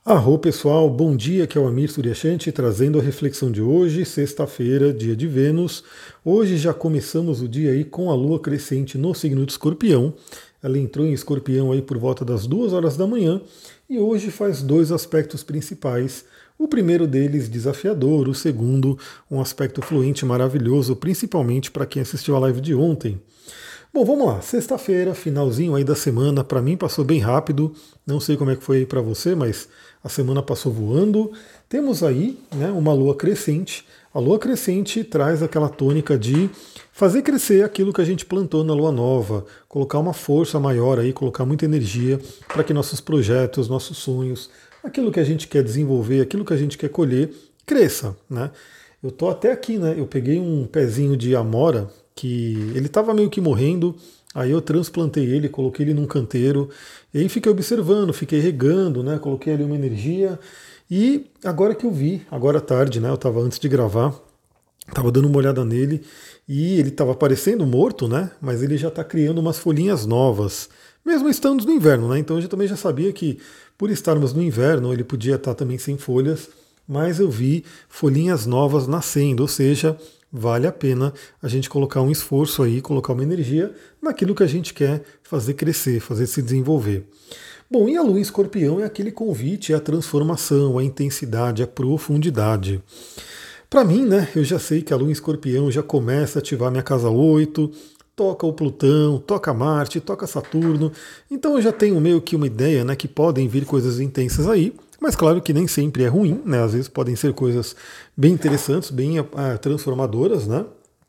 Arro pessoal, bom dia, que é o Amir Suryashanti trazendo a reflexão de hoje, sexta-feira, dia de Vênus. Hoje já começamos o dia aí com a lua crescente no signo de Escorpião. Ela entrou em Escorpião aí por volta das 2 horas da manhã e hoje faz dois aspectos principais. O primeiro deles desafiador, o segundo um aspecto fluente maravilhoso, principalmente para quem assistiu a live de ontem. Bom, vamos lá. Sexta-feira, finalzinho aí da semana, para mim passou bem rápido. Não sei como é que foi aí para você, mas a semana passou voando. Temos aí, né, uma lua crescente. A lua crescente traz aquela tônica de fazer crescer aquilo que a gente plantou na lua nova, colocar uma força maior aí, colocar muita energia para que nossos projetos, nossos sonhos, aquilo que a gente quer desenvolver, aquilo que a gente quer colher, cresça, né? Eu tô até aqui, né? Eu peguei um pezinho de amora que ele estava meio que morrendo. Aí eu transplantei ele, coloquei ele num canteiro, e aí fiquei observando, fiquei regando, né? Coloquei ali uma energia. E agora que eu vi, agora à tarde, né? Eu estava antes de gravar, estava dando uma olhada nele e ele estava parecendo morto, né? Mas ele já está criando umas folhinhas novas, mesmo estando no inverno, né? Então eu também já sabia que por estarmos no inverno ele podia estar também sem folhas, mas eu vi folhinhas novas nascendo, ou seja, vale a pena a gente colocar um esforço aí, colocar uma energia naquilo que a gente quer fazer crescer, fazer se desenvolver. Bom, e a lua em escorpião é aquele convite à transformação, à intensidade, à profundidade. Para mim, né, eu já sei que a lua em escorpião já começa a ativar minha casa 8, toca o Plutão, toca Marte, toca Saturno, então eu já tenho meio que uma ideia, né, que podem vir coisas intensas aí, mas claro que nem sempre é ruim, né, às vezes podem ser coisas bem interessantes, bem transformadoras, né,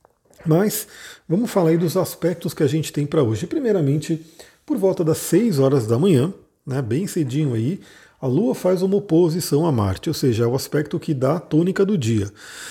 mas vamos falar aí dos aspectos que a gente tem para hoje. Primeiramente, por volta das 6 horas da manhã, né, bem cedinho aí, a Lua faz uma oposição a Marte, ou seja, é o aspecto que dá a tônica do dia.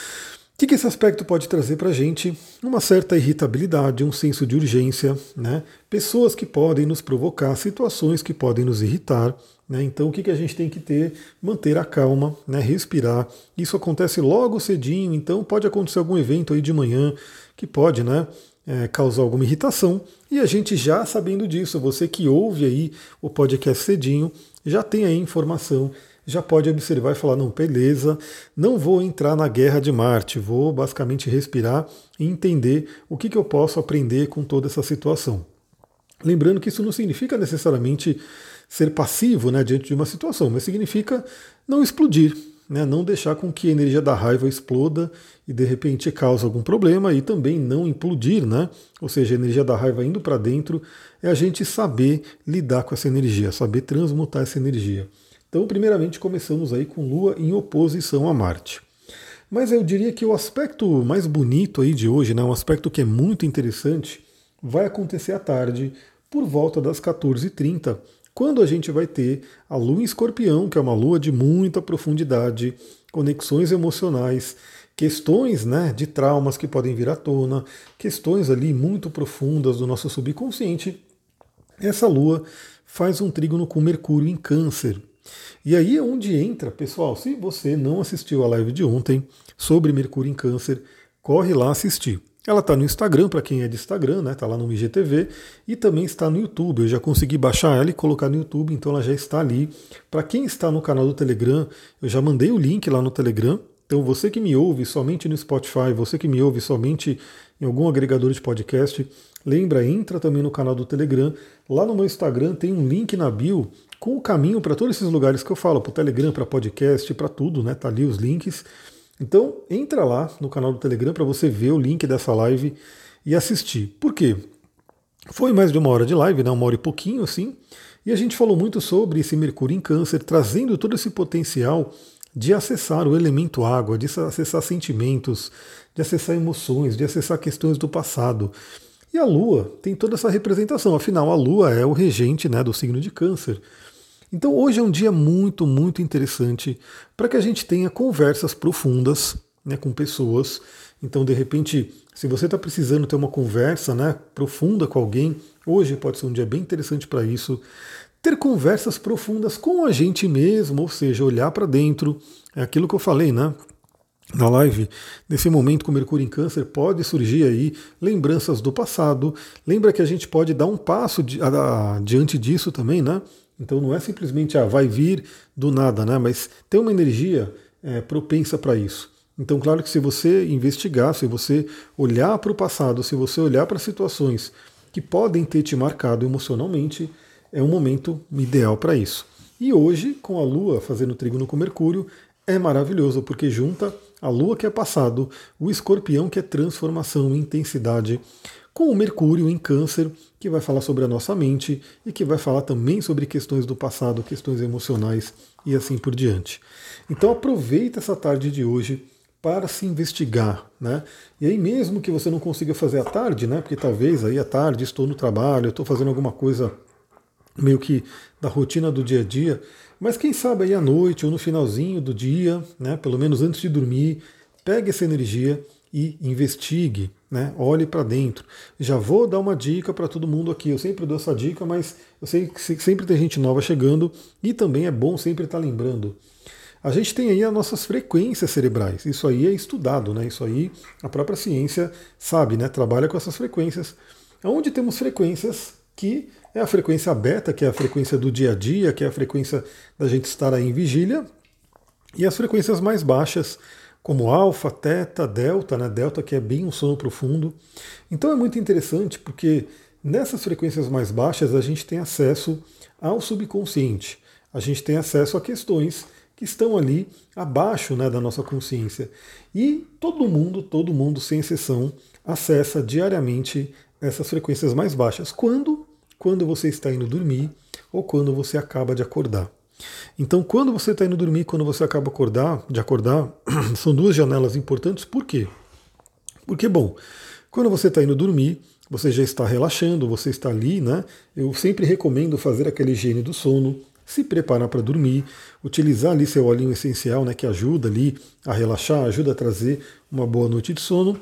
O que esse aspecto pode trazer para a gente? Uma certa irritabilidade, um senso de urgência, né? Pessoas que podem nos provocar, situações que podem nos irritar. Né? Então o que a gente tem que ter? Manter a calma, né? Respirar. Isso acontece logo cedinho, então pode acontecer algum evento aí de manhã que pode, né? Causar alguma irritação. E a gente já sabendo disso, você que ouve aí o podcast cedinho, já tem aí informação, já pode observar e falar, não, beleza, não vou entrar na guerra de Marte, vou basicamente respirar e entender o que eu posso aprender com toda essa situação. Lembrando que isso não significa necessariamente ser passivo, né, diante de uma situação, mas significa não explodir, né, não deixar com que a energia da raiva exploda e de repente cause algum problema e também não implodir, né? Ou seja, a energia da raiva indo para dentro é a gente saber lidar com essa energia, saber transmutar essa energia. Então, primeiramente, começamos aí com Lua em oposição a Marte. Mas eu diria que o aspecto mais bonito aí de hoje, né, um aspecto que é muito interessante, vai acontecer à tarde, por volta das 14h30, quando a gente vai ter a Lua em Escorpião, que é uma lua de muita profundidade, conexões emocionais, questões, né, de traumas que podem vir à tona, questões ali muito profundas do nosso subconsciente. Essa lua faz um trígono com Mercúrio em Câncer. E aí é onde entra, pessoal, se você não assistiu a live de ontem sobre Mercúrio em Câncer, corre lá assistir. Ela está no Instagram, para quem é de Instagram, né? Está lá no IGTV, e também está no YouTube. Eu já consegui baixar ela e colocar no YouTube, então ela já está ali. Para quem está no canal do Telegram, eu já mandei o link lá no Telegram. Então você que me ouve somente no Spotify, você que me ouve somente em algum agregador de podcast, lembra, entra também no canal do Telegram. Lá no meu Instagram tem um link na bio com o caminho para todos esses lugares que eu falo, para o Telegram, para podcast, para tudo, né? Tá ali os links. Então entra lá no canal do Telegram para você ver o link dessa live e assistir. Por quê? Foi mais de 1 hora de live, né? 1 hora e pouquinho assim. E a gente falou muito sobre esse Mercúrio em Câncer, trazendo todo esse potencial de acessar o elemento água, de acessar sentimentos, de acessar emoções, de acessar questões do passado. E a Lua tem toda essa representação, afinal a Lua é o regente, né, do signo de Câncer. Então hoje é um dia muito, muito interessante para que a gente tenha conversas profundas, né, com pessoas. Então, de repente, se você está precisando ter uma conversa, né, profunda com alguém, hoje pode ser um dia bem interessante para isso. Ter conversas profundas com a gente mesmo, ou seja, olhar para dentro. É aquilo que eu falei, né? Na live, nesse momento com Mercúrio em Câncer, pode surgir aí lembranças do passado. Lembra que a gente pode dar um passo diante disso também, né? Então não é simplesmente vai vir do nada, né? Mas tem uma energia propensa para isso. Então, claro que se você investigar, se você olhar para o passado, se você olhar para situações que podem ter te marcado emocionalmente, é um momento ideal para isso. E hoje, com a Lua fazendo trígono com Mercúrio, é maravilhoso, porque junta a Lua, que é passado, o Escorpião, que é transformação, intensidade, com o Mercúrio em Câncer, que vai falar sobre a nossa mente e que vai falar também sobre questões do passado, questões emocionais e assim por diante. Então aproveita essa tarde de hoje para se investigar, né? E aí mesmo que você não consiga fazer à tarde, né? Porque talvez aí à tarde estou no trabalho, estou fazendo alguma coisa meio que da rotina do dia a dia, mas quem sabe aí à noite ou no finalzinho do dia, né? Pelo menos antes de dormir, pegue essa energia e investigue, né? Olhe para dentro. Já vou dar uma dica para todo mundo aqui. Eu sempre dou essa dica, mas eu sei que sempre tem gente nova chegando e também é bom sempre estar lembrando. A gente tem aí as nossas frequências cerebrais. Isso aí é estudado, né? Isso aí a própria ciência sabe, né? Trabalha com essas frequências. Onde temos frequências que é a frequência beta, que é a frequência do dia a dia, que é a frequência da gente estar aí em vigília, e as frequências mais baixas, como alfa, teta, delta, né? Delta que é bem um sono profundo. Então é muito interessante porque nessas frequências mais baixas a gente tem acesso ao subconsciente. A gente tem acesso a questões que estão ali abaixo, né, da nossa consciência. E todo mundo, sem exceção, acessa diariamente essas frequências mais baixas. Quando você está indo dormir ou quando você acaba de acordar. Então, quando você está indo dormir, quando você acaba de acordar, são duas janelas importantes. Por quê? Porque, bom, quando você está indo dormir, você já está relaxando, você está ali, né? Eu sempre recomendo fazer aquela higiene do sono, se preparar para dormir, utilizar ali seu olhinho essencial, né, que ajuda ali a relaxar, ajuda a trazer uma boa noite de sono.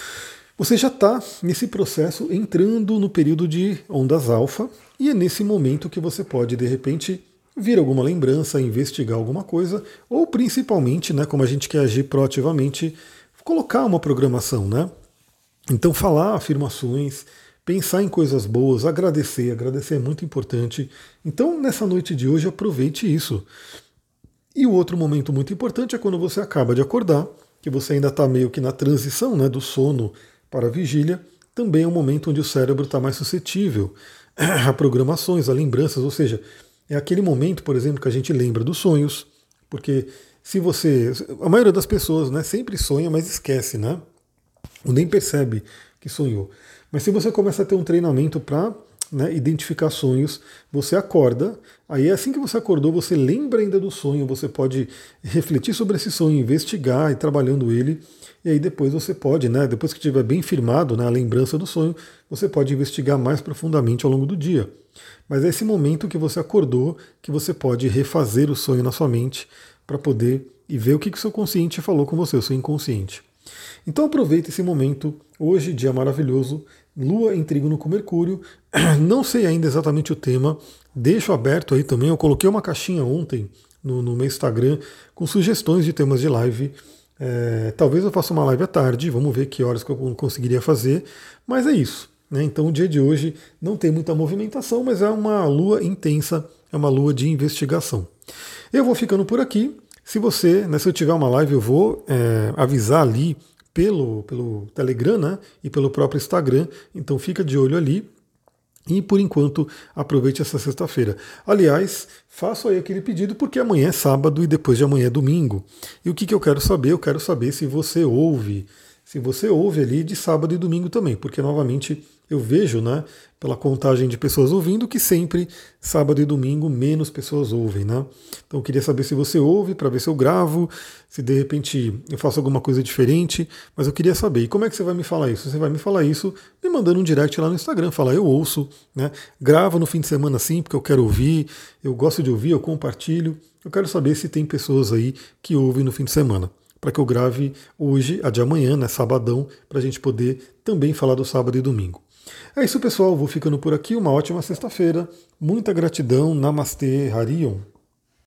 Você já está nesse processo entrando no período de ondas alfa e é nesse momento que você pode, de repente, vir alguma lembrança, investigar alguma coisa, ou principalmente, né, como a gente quer agir proativamente, colocar uma programação, né? Então falar afirmações, pensar em coisas boas, agradecer é muito importante. Então nessa noite de hoje aproveite isso. E o outro momento muito importante é quando você acaba de acordar, que você ainda está meio que na transição, né, do sono para a vigília, também é um momento onde o cérebro está mais suscetível a programações, a lembranças, ou seja, é aquele momento, por exemplo, que a gente lembra dos sonhos, porque se você, a maioria das pessoas, né, sempre sonha, mas esquece, né? Ou nem percebe que sonhou. Mas se você começa a ter um treinamento para, né, identificar sonhos, você acorda, aí assim que você acordou, você lembra ainda do sonho, você pode refletir sobre esse sonho, investigar e trabalhando ele, e aí depois você pode, né, depois que estiver bem firmado, né, a lembrança do sonho, você pode investigar mais profundamente ao longo do dia. Mas é esse momento que você acordou que você pode refazer o sonho na sua mente para poder e ver o que o seu consciente falou com você, o seu inconsciente. Então aproveita esse momento, hoje, dia maravilhoso, Lua em trígono com Mercúrio. Não sei ainda exatamente o tema, deixo aberto aí também. Eu coloquei uma caixinha ontem no meu Instagram com sugestões de temas de live. Talvez eu faça uma live à tarde, vamos ver que horas que eu conseguiria fazer, mas é isso, né? Então o dia de hoje não tem muita movimentação, mas é uma lua intensa, é uma lua de investigação. Eu vou ficando por aqui. Se você, né, se eu tiver uma live, eu vou avisar ali pelo Telegram, né, e pelo próprio Instagram, então fica de olho ali. E por enquanto, aproveite essa sexta-feira. Aliás, faço aí aquele pedido porque amanhã é sábado e depois de amanhã é domingo. E o que eu quero saber? Eu quero saber se você ouve. Se você ouve ali de sábado e domingo também, porque novamente eu vejo, né, pela contagem de pessoas ouvindo, que sempre sábado e domingo menos pessoas ouvem, né? Então eu queria saber se você ouve para ver se eu gravo, se de repente eu faço alguma coisa diferente, mas eu queria saber. E como é que você vai me falar isso? Você vai me falar isso me mandando um direct lá no Instagram, falar eu ouço, né? Gravo no fim de semana sim, porque eu quero ouvir, eu gosto de ouvir, eu compartilho. Eu quero saber se tem pessoas aí que ouvem no fim de semana, para que eu grave hoje, a de amanhã, né, sabadão, para a gente poder também falar do sábado e domingo. É isso, pessoal. Vou ficando por aqui. Uma ótima sexta-feira. Muita gratidão. Namastê, Harion.